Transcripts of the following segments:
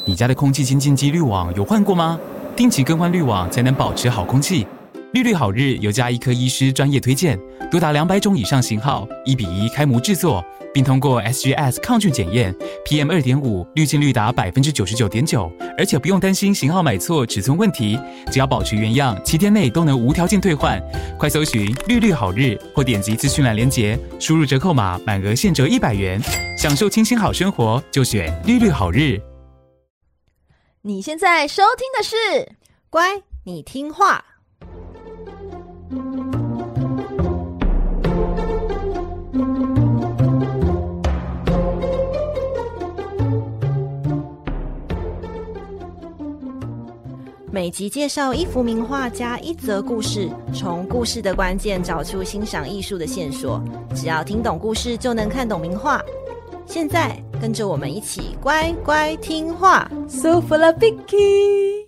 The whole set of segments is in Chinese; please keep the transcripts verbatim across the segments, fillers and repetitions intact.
你家的空气清净机滤网有换过吗？定期更换滤网才能保持好空气。绿绿好日由家医科医师专业推荐，多达两百种以上型号，一比一开模制作，并通过 S G S 抗菌检验 ，P M 二点五 滤净率达百分之九十九点九，而且不用担心型号买错、尺寸问题，只要保持原样，七天内都能无条件退换。快搜寻绿绿好日，或点击资讯栏连结，输入折扣码，满额现折一百元，享受清新好生活，就选绿绿好日。 你现在收听的是乖，你听话。每集介绍一幅名画加一则故事，从故事的关键找出欣赏艺术的线索。只要听懂故事，就能看懂名画。现在跟着我们一起乖乖听话。 So full of Vicky。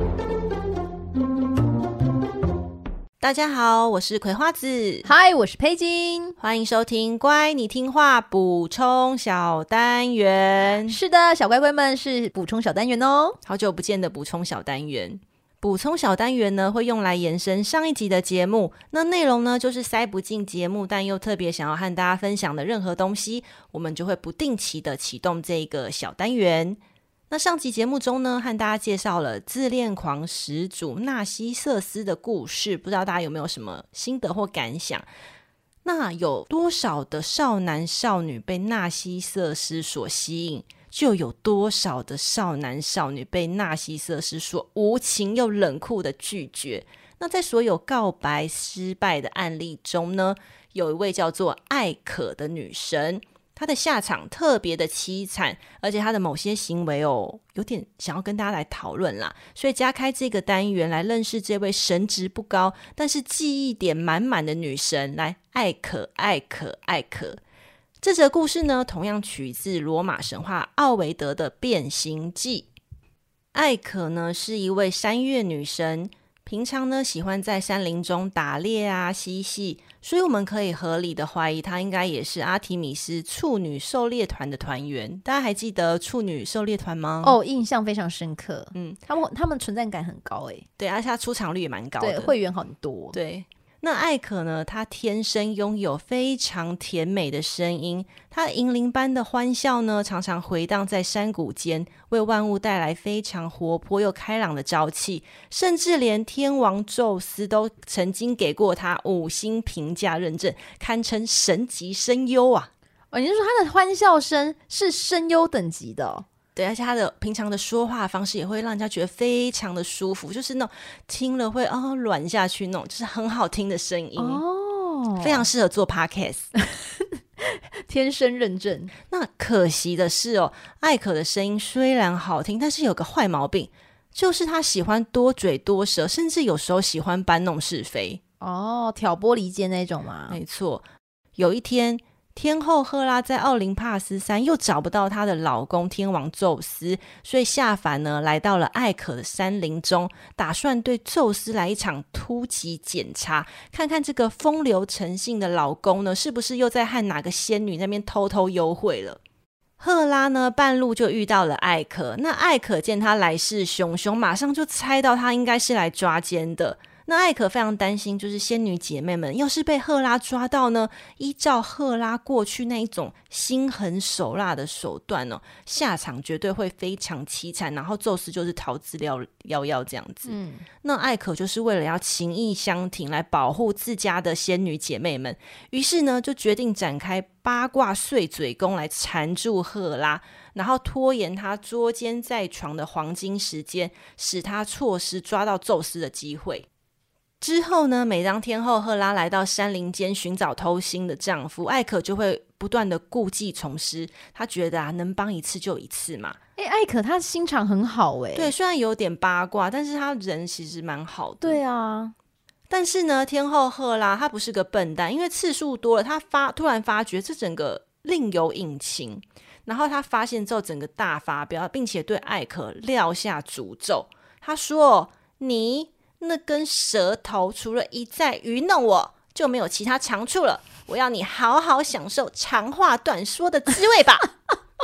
大家好，我是葵花子。 嗨，我是佩金。 欢迎收听乖你听话补充小单元。 是的，小乖乖们，是补充小单元哦。 好久不见的补充小单元。补充小单元呢，会用来延伸上一集的节目，那内容呢，就是塞不进节目但又特别想要和大家分享的任何东西，我们就会不定期的启动这个小单元。那上集节目中呢，和大家介绍了自恋狂始祖纳西瑟斯的故事，不知道大家有没有什么心得或感想？那有多少的少男少女被纳西瑟斯所吸引，就有多少的少男少女被纳西瑟斯所无情又冷酷的拒绝。那在所有告白失败的案例中呢，有一位叫做艾可的女神，她的下场特别的凄惨，而且她的某些行为哦，有点想要跟大家来讨论啦。所以加开这个单元来认识这位神职不高，但是记忆点满满的女神，来艾可艾可艾可。这则故事呢，同样取自罗马神话奥维德的《变形记》。艾可呢，是一位山岳女神，平常呢喜欢在山林中打猎啊嬉戏，所以我们可以合理的怀疑她应该也是阿提米斯处女狩猎团的团员。大家还记得处女狩猎团吗？ 哦，印象非常深刻。 嗯， 他们他们存在感很高诶。 对，而且她出场率也蛮高的， 对，会员很多。 对。那艾可呢，她天生拥有非常甜美的声音，她银铃般的欢笑呢，常常回荡在山谷间，为万物带来非常活泼又开朗的朝气，甚至连天王宙斯都曾经给过她五星评价认证，堪称神级声优啊！ 哦，你是说她的欢笑声是声优等级的哦？ 对，而且他的平常的说话方式也会让人家觉得非常的舒服，就是那种听了会哦软下去那种，就是很好听的声音哦，非常适合做 podcast 天生认证。 那可惜的是哦，艾可的声音虽然好听，但是有个坏毛病，就是他喜欢多嘴多舌，甚至有时候喜欢搬弄是非哦，挑拨离间那种吗？ 没错。有一天天后赫拉在奥林帕斯山又找不到她的老公天王宙斯，所以下凡呢来到了艾可的山林中，打算对宙斯来一场突击检查，看看这个风流成性的老公呢是不是又在和哪个仙女那边偷偷幽会了。赫拉呢半路就遇到了艾可，那艾可见他来势汹汹，马上就猜到他应该是来抓奸的。那艾可非常担心，就是仙女姐妹们要是被赫拉抓到呢，依照赫拉过去那一种心狠手辣的手段哦，下场绝对会非常凄惨，然后宙斯就是逃之夭夭这样子。嗯，那艾可就是为了要情义相挺，来保护自家的仙女姐妹们，于是呢就决定展开八卦碎嘴功来缠住赫拉，然后拖延她捉奸在床的黄金时间，使她错失抓到宙斯的机会。之后呢，每当天后赫拉来到山林间寻找偷腥的丈夫，艾可就会不断的故技重施，她觉得啊，能帮一次就一次嘛。 哎、欸，艾可她心肠很好哎、欸， 对，虽然有点八卦，但是她人其实蛮好的。 对啊， 但是呢，天后赫拉她不是个笨蛋，因为次数多了，她发突然发觉这整个另有隐情，然后她发现之后整个大发飙，并且对艾可撂下诅咒。她说：“你那根舌头除了一再愚弄我，就没有其他长处了。我要你好好享受长话短说的滋味吧。”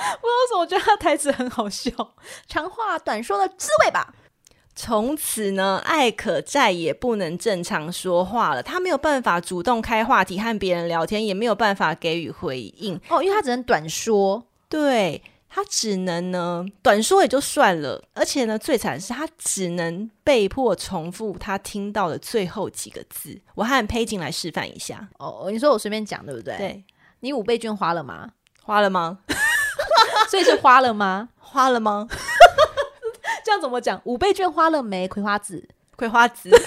为什么我觉得他台词很好笑，长话短说的滋味吧。 从此呢，艾可再也不能正常说话了，他没有办法主动开话题和别人聊天，也没有办法给予回应哦，因为他只能短说。 对，他只能呢短说也就算了，而且呢最惨的是他只能被迫重复他听到的最后几个字。我和佩锦来示范一下。 哦，你说我随便讲对不对？ 对， 你五倍券花了吗？ 花了吗？ 所以是花了吗？ 花了吗？ 这样怎么讲？五倍券花了没？葵花籽， 葵花籽， 无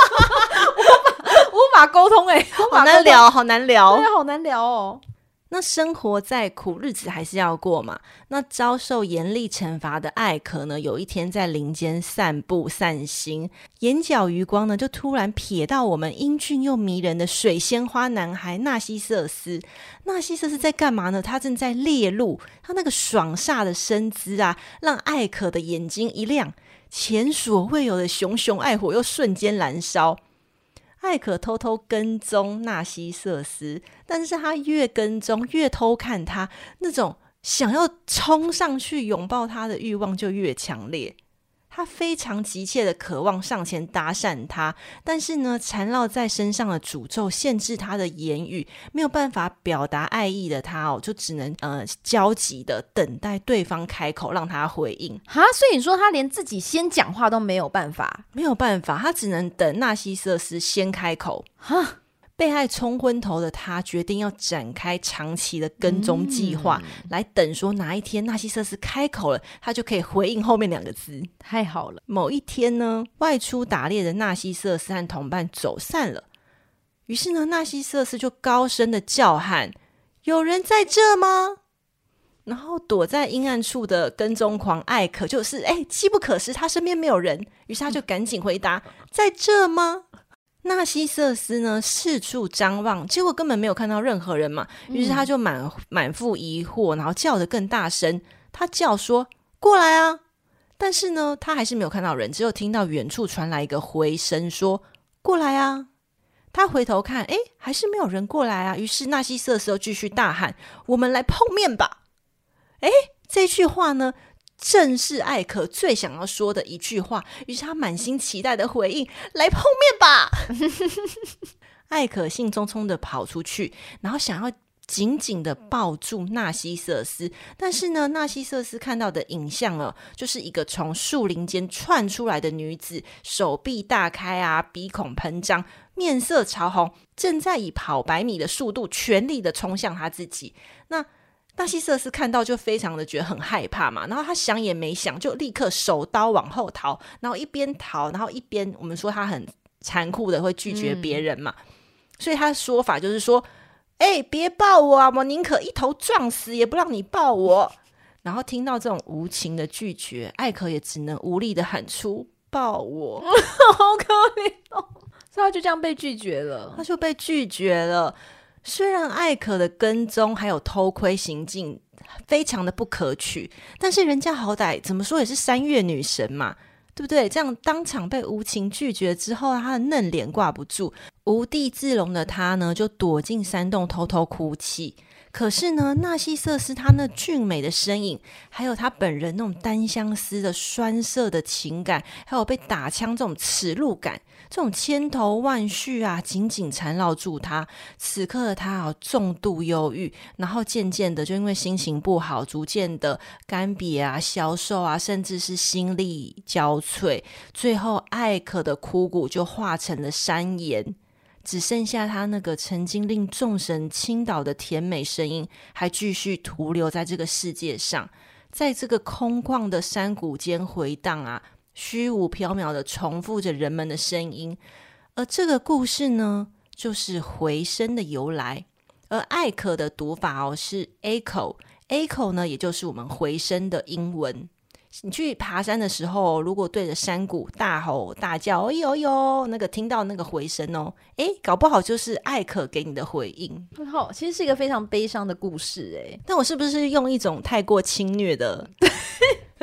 法沟通哎、欸， 好难聊，好难聊， 对，好难聊哦。 那生活再苦，日子还是要过嘛。那遭受严厉惩罚的艾可呢，有一天在林间散步散心，眼角余光呢，就突然瞥到我们英俊又迷人的水仙花男孩纳西瑟斯。纳西瑟斯在干嘛呢？他正在猎鹿，他那个爽飒的身姿啊，让艾可的眼睛一亮，前所未有的熊熊爱火又瞬间燃烧。艾可偷偷跟踪纳西瑟斯，但是他越跟踪越偷看他，那种想要冲上去拥抱他的欲望就越强烈。他非常急切的渴望上前搭讪他，但是呢，缠绕在身上的诅咒限制他的言语，没有办法表达爱意的他哦，就只能呃焦急的等待对方开口让他回应。 哈，所以你说他连自己先讲话都没有办法？ 没有办法，他只能等纳西瑟斯先开口。 哈。 被爱冲昏头的他决定要展开长期的跟踪计划、嗯、来等说哪一天纳西瑟斯开口了，他就可以回应后面两个字。 太好了。 某一天呢，外出打猎的纳西瑟斯和同伴走散了，于是呢，纳西瑟斯就高声的叫喊：有人在这吗？然后躲在阴暗处的跟踪狂艾可就是哎，机不可失，他身边没有人，于是他就赶紧回答：在这吗？纳西瑟斯呢四处张望，结果根本没有看到任何人嘛，于是他就满满腹疑惑，然后叫得更大声。他叫说过来啊，但是呢他还是没有看到人，只有听到远处传来一个回声说过来啊。他回头看，诶，还是没有人过来啊，于是纳西瑟斯又继续大喊：我们来碰面吧。诶，这句话呢正是艾可最想要说的一句话，于是他满心期待的回应：来碰面吧。艾可兴冲冲的跑出去，然后想要紧紧的抱住纳西瑟斯，但是呢，纳西瑟斯看到的影像哦，就是一个从树林间窜出来的女子，手臂大开啊，鼻孔膨胀，面色潮红，正在以跑百米的速度全力的冲向他自己。那纳西瑟斯看到就非常的觉得很害怕嘛，然后他想也没想就立刻手刀往后逃，然后一边逃然后一边我们说他很残酷的会拒绝别人嘛、嗯、所以他的说法就是说哎、欸，别抱我啊，我宁可一头撞死也不让你抱我。然后听到这种无情的拒绝，艾可也只能无力的喊出抱我。 好可怜哦，所以他就这样被拒绝了， 他就被拒绝了。虽然艾可的跟踪还有偷窥行径非常的不可取，但是人家好歹怎么说也是三月女神嘛，对不对？这样当场被无情拒绝之后，她的嫩脸挂不住，无地自容的她呢就躲进山洞偷偷哭泣。可是呢，纳西瑟斯他那俊美的身影，还有他本人那种单相思的酸涩的情感，还有被打枪这种耻辱感，这种千头万绪啊，紧紧缠绕住他。此刻的他啊，重度忧郁，然后渐渐的就因为心情不好，逐渐的干瘪啊、消瘦啊，甚至是心力交瘁。最后，艾可的枯骨就化成了山岩。只剩下他那个曾经令众神倾倒的甜美声音还继续徒留在这个世界上，在这个空旷的山谷间回荡啊，虚无缥缈的重复着人们的声音。而这个故事呢，就是回声的由来。而艾可的读法哦是 echo， echo 呢也就是我们回声的英文。你去爬山的时候，如果对着山谷大吼大叫，哎呦呦，那个听到那个回声哦，哎，搞不好就是艾可给你的回应。 好，其实是一个非常悲伤的故事哎。 但我是不是用一种太过轻虐的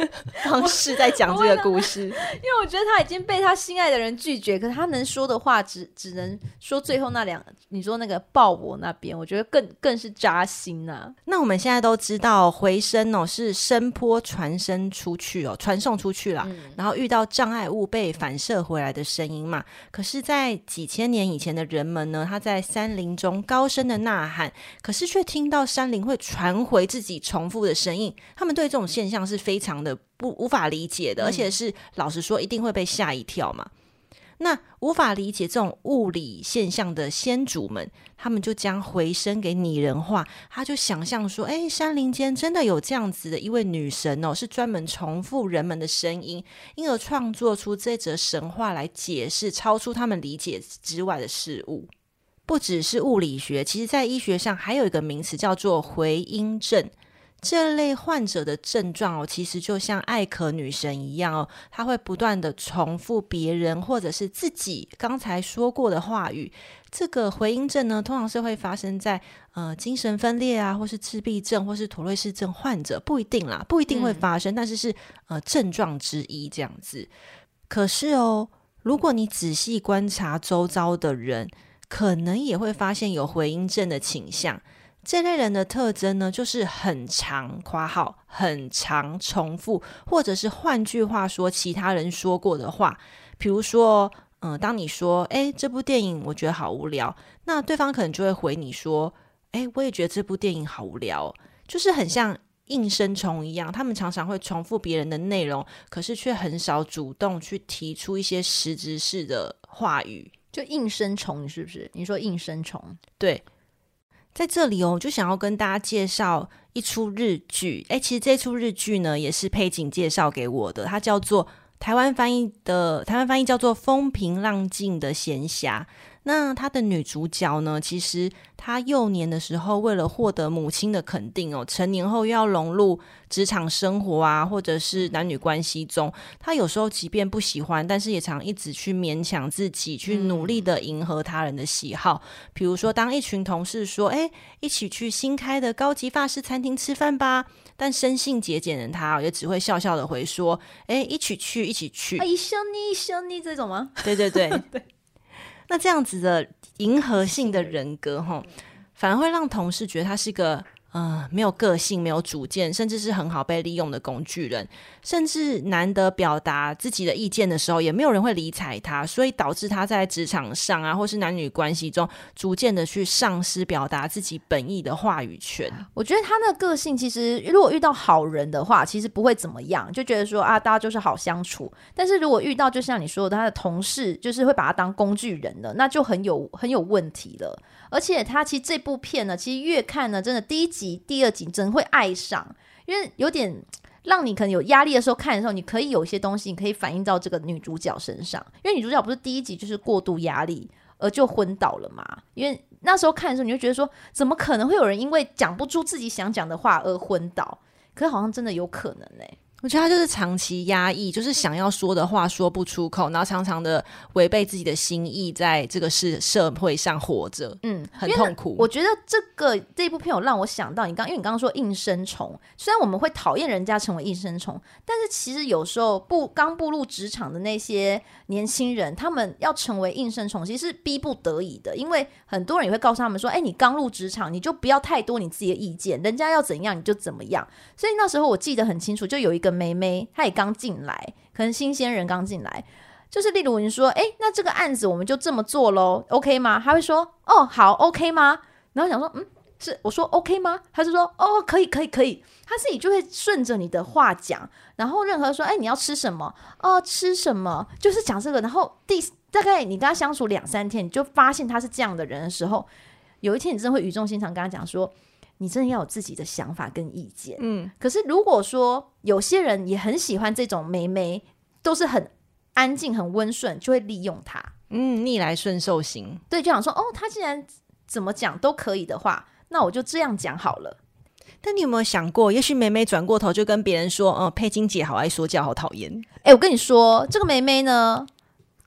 方式在讲这个故事。 因为我觉得他已经被他心爱的人拒绝，可是他能说的话只只能说最后那两，你说那个抱我那边，我觉得更更是扎心啊。 那我们现在都知道回声哦是声波传声出去哦，传送出去啦、嗯、然后遇到障碍物被反射回来的声音嘛。可是在几千年以前的人们呢，他在山林中高声的呐喊，可是却听到山林会传回自己重复的声音，他们对这种现象是非常的不无法理解的，而且是老实说一定会被吓一跳嘛。那无法理解这种物理现象的先祖们，他们就将回声给拟人化，他就想象说，哎，山林间真的有这样子的一位女神哦，是专门重复人们的声音，因而创作出这则神话来解释超出他们理解之外的事物。不只是物理学，其实在医学上还有一个名词叫做回音症。这类患者的症状哦，其实就像艾可女神一样哦，她会不断的重复别人或者是自己刚才说过的话语。这个回音症呢，通常是会发生在呃精神分裂啊，或是自闭症，或是妥瑞氏症患者，不一定啦，不一定会发生，嗯、但是是呃症状之一这样子。可是哦，如果你仔细观察周遭的人，可能也会发现有回音症的倾向。这类人的特征呢，就是很常括号很常重复，或者是换句话说其他人说过的话。比如说嗯，当你说诶这部电影我觉得好无聊，那对方可能就会回你说诶我也觉得这部电影好无聊，就是很像应声虫一样，他们常常会重复别人的内容，可是却很少主动去提出一些实质式的话语。 就应声虫是不是？你说应声虫？ 对，在这里哦，我就想要跟大家介绍一出日剧。诶，其实这出日剧呢，也是佩锦介绍给我的，它叫做台湾翻译的台湾翻译叫做《风平浪静的闲暇》。那她的女主角呢，其实她幼年的时候为了获得母亲的肯定哦，成年后又要融入职场生活啊，或者是男女关系中，她有时候即便不喜欢，但是也常一直去勉强自己，去努力的迎合他人的喜好。比如说当一群同事说诶一起去新开的高级法式餐厅吃饭吧，但生性节俭的他也只会笑笑的回说诶一起去一起去， 一緒に一緒に这种吗？ 对对对对。那这样子的迎合性的人格反而会让同事觉得他是个呃没有个性、没有主见，甚至是很好被利用的工具人，甚至难得表达自己的意见的时候也没有人会理睬他，所以导致他在职场上啊或是男女关系中逐渐的去丧失表达自己本意的话语权。 我觉得他的个性其实如果遇到好人的话其实不会怎么样，就觉得说啊大家就是好相处，但是如果遇到就像你说的他的同事就是会把他当工具人的，那就很有很有问题了。而且他其实这部片呢，其实越看呢真的第一集第二集真的会爱上，因为有点让你可能有压力的时候看的时候，你可以有一些东西你可以反映到这个女主角身上，因为女主角不是第一集就是过度压力而就昏倒了嘛，因为那时候看的时候你就觉得说怎么可能会有人因为讲不出自己想讲的话而昏倒，可是好像真的有可能欸。 我觉得他就是长期压抑，就是想要说的话说不出口，然后常常的违背自己的心意，在这个社社会上活着，嗯，很痛苦。 我觉得这个这部片有让我想到你刚，因为你刚刚说应声虫，虽然我们会讨厌人家成为应声虫，但是其实有时候不刚步入职场的那些年轻人，他们要成为应声虫，其实是逼不得已的，因为很多人也会告诉他们说，哎，你刚入职场，你就不要太多你自己的意见，人家要怎样你就怎么样。所以那时候我记得很清楚，就有一个妹妹她也刚进来，可能新鲜人刚进来，就是例如你说诶那这个案子我们就这么做咯 OK 吗？她会说哦好 OK 吗？然后想说嗯是我说 OK 吗？她就说哦可以可以可以，她自己就会顺着你的话讲，然后任何说诶你要吃什么哦吃什么，就是讲这个，然后第大概你跟她相处两三天，你就发现她是这样的人的时候，有一天你真的会语重心长跟她讲说你真的要有自己的想法跟意见。嗯，可是如果说有些人也很喜欢这种妹妹，都是很安静很温顺，就会利用她。 嗯，逆来顺受型。 对，就想说哦，她既然怎么讲都可以的话，那我就这样讲好了。 但你有没有想过，也许妹妹转过头就跟别人说嗯，佩金姐好爱说教好讨厌。 哎，我跟你说这个妹妹呢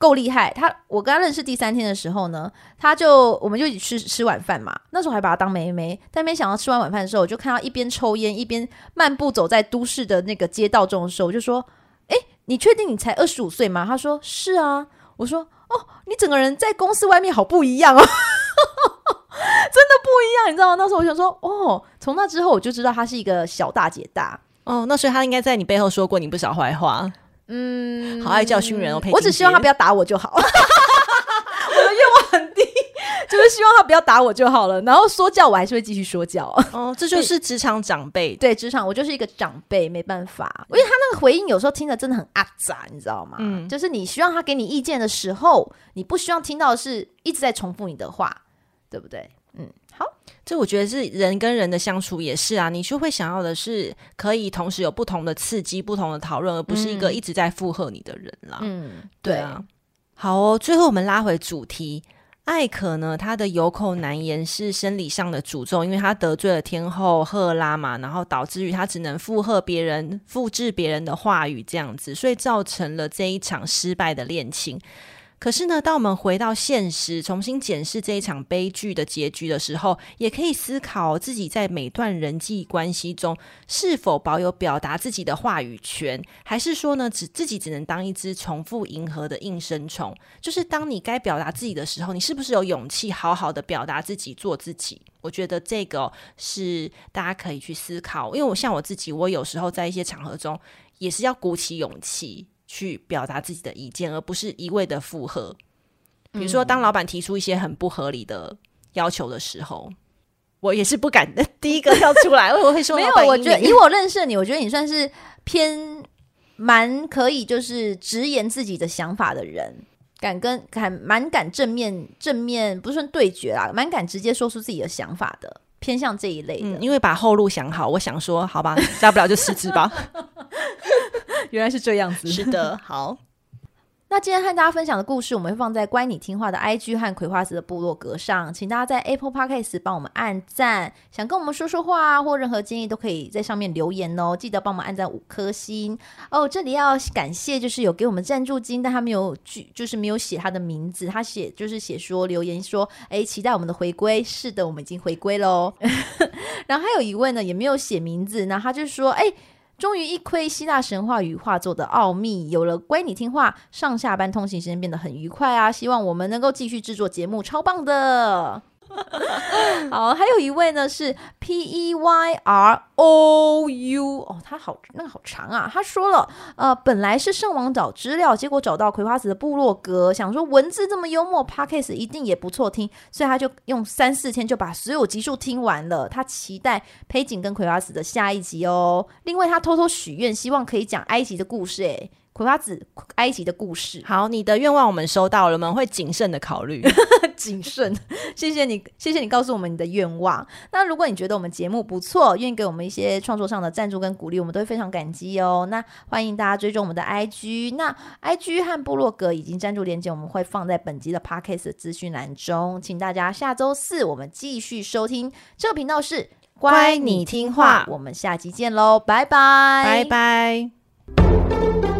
够厉害。他我跟他认识第三天的时候呢，他就我们就一起吃吃晚饭嘛，那时候还把他当妹妹，但没想到吃完晚饭的时候，我就看到一边抽烟一边漫步走在都市的那个街道中的时候，我就说：“哎，你确定你才二十五岁吗？”他说：“是啊。”我说：“哦，你整个人在公司外面好不一样哦。”真的不一样，你知道吗？那时候我想说，哦，从那之后我就知道他是一个小大姐大哦，那所以他应该在你背后说过你不少坏话。嗯，好爱教训人哦。 我只希望他不要打我就好。我的愿望很低，就是希望他不要打我就好了。然后说教我还是会继续说教。 哦，这就是职场长辈。 对，职场我就是一个长辈，没办法，因为他那个回应有时候听着真的很阿杂，你知道吗？嗯，就是你希望他给你意见的时候，你不希望听到的是一直在重复你的话，对不对？嗯，好， 这我觉得是人跟人的相处也是啊，你就会想要的是可以同时有不同的刺激、不同的讨论，而不是一个一直在附和你的人啦。嗯，对啊。好哦，最后我们拉回主题，艾可呢，他的有口难言是生理上的诅咒，因为他得罪了天后赫拉嘛，然后导致于他只能附和别人、复制别人的话语这样子，所以造成了这一场失败的恋情。可是呢，当我们回到现实，重新检视这一场悲剧的结局的时候，也可以思考自己在每段人际关系中是否保有表达自己的话语权，还是说呢，只自己只能当一只重复迎合的应声虫。就是当你该表达自己的时候，你是不是有勇气好好的表达自己，做自己？我觉得这个、哦、是大家可以去思考，因为我像我自己，我有时候在一些场合中也是要鼓起勇气去表达自己的意见，而不是一味的附和。比如说当老板提出一些很不合理的要求的时候，我也是不敢的第一个跳出来。我会说没有，我觉得以我认识的你，我觉得你算是偏蛮可以就是直言自己的想法的人，敢跟敢蛮敢正面正面不是说对决啦，蛮敢直接说出自己的想法的，偏向这一类的。 嗯，因为把后路想好，我想说好吧，大不了就辞职吧。 原来是这样子。 是的，好。 那今天和大家分享的故事，我们会放在乖你听话的 I G 和葵花籽的部落格上，请大家在 Apple Podcast 帮我们按赞，想跟我们说说话或任何建议都可以在上面留言哦，记得帮我们按赞五颗星哦。这里要感谢就是有给我们赞助金，但他没有就是没有写他的名字，他写就是写说留言说哎，期待我们的回归。是的，我们已经回归咯。然后还有一位呢也没有写名字，那他就说哎，终于一窥希腊神话与画作的奥秘，有了乖你听话，上下班通勤时间变得很愉快啊！希望我们能够继续制作节目，超棒的。好，还有一位呢是 P E Y R O U 哦，他好那个好长啊。他说了，呃，本来是上网找资料，结果找到葵花籽的部落格，想说文字这么幽默 Podcast 一定也不错听，所以他就用三四天就把所有集数听完了。他期待佩锦跟葵花籽的下一集哦。另外他偷偷许愿，希望可以讲埃及的故事诶。葵花籽埃及的故事。 好，你的愿望我们收到了，我们会谨慎的考虑。 谨慎，谢谢你，谢谢你告诉我们你的愿望。那如果你觉得我们节目不错，愿意给我们一些创作上的赞助跟鼓励，我们都会非常感激哦。那欢迎大家追踪我们的 I G， 那 I G 和部落格以及赞助连结我们会放在本集的 Podcast 的资讯栏中，请大家下周四我们继续收听。这个频道是乖你听话， 我们下集见咯，拜拜， 拜拜。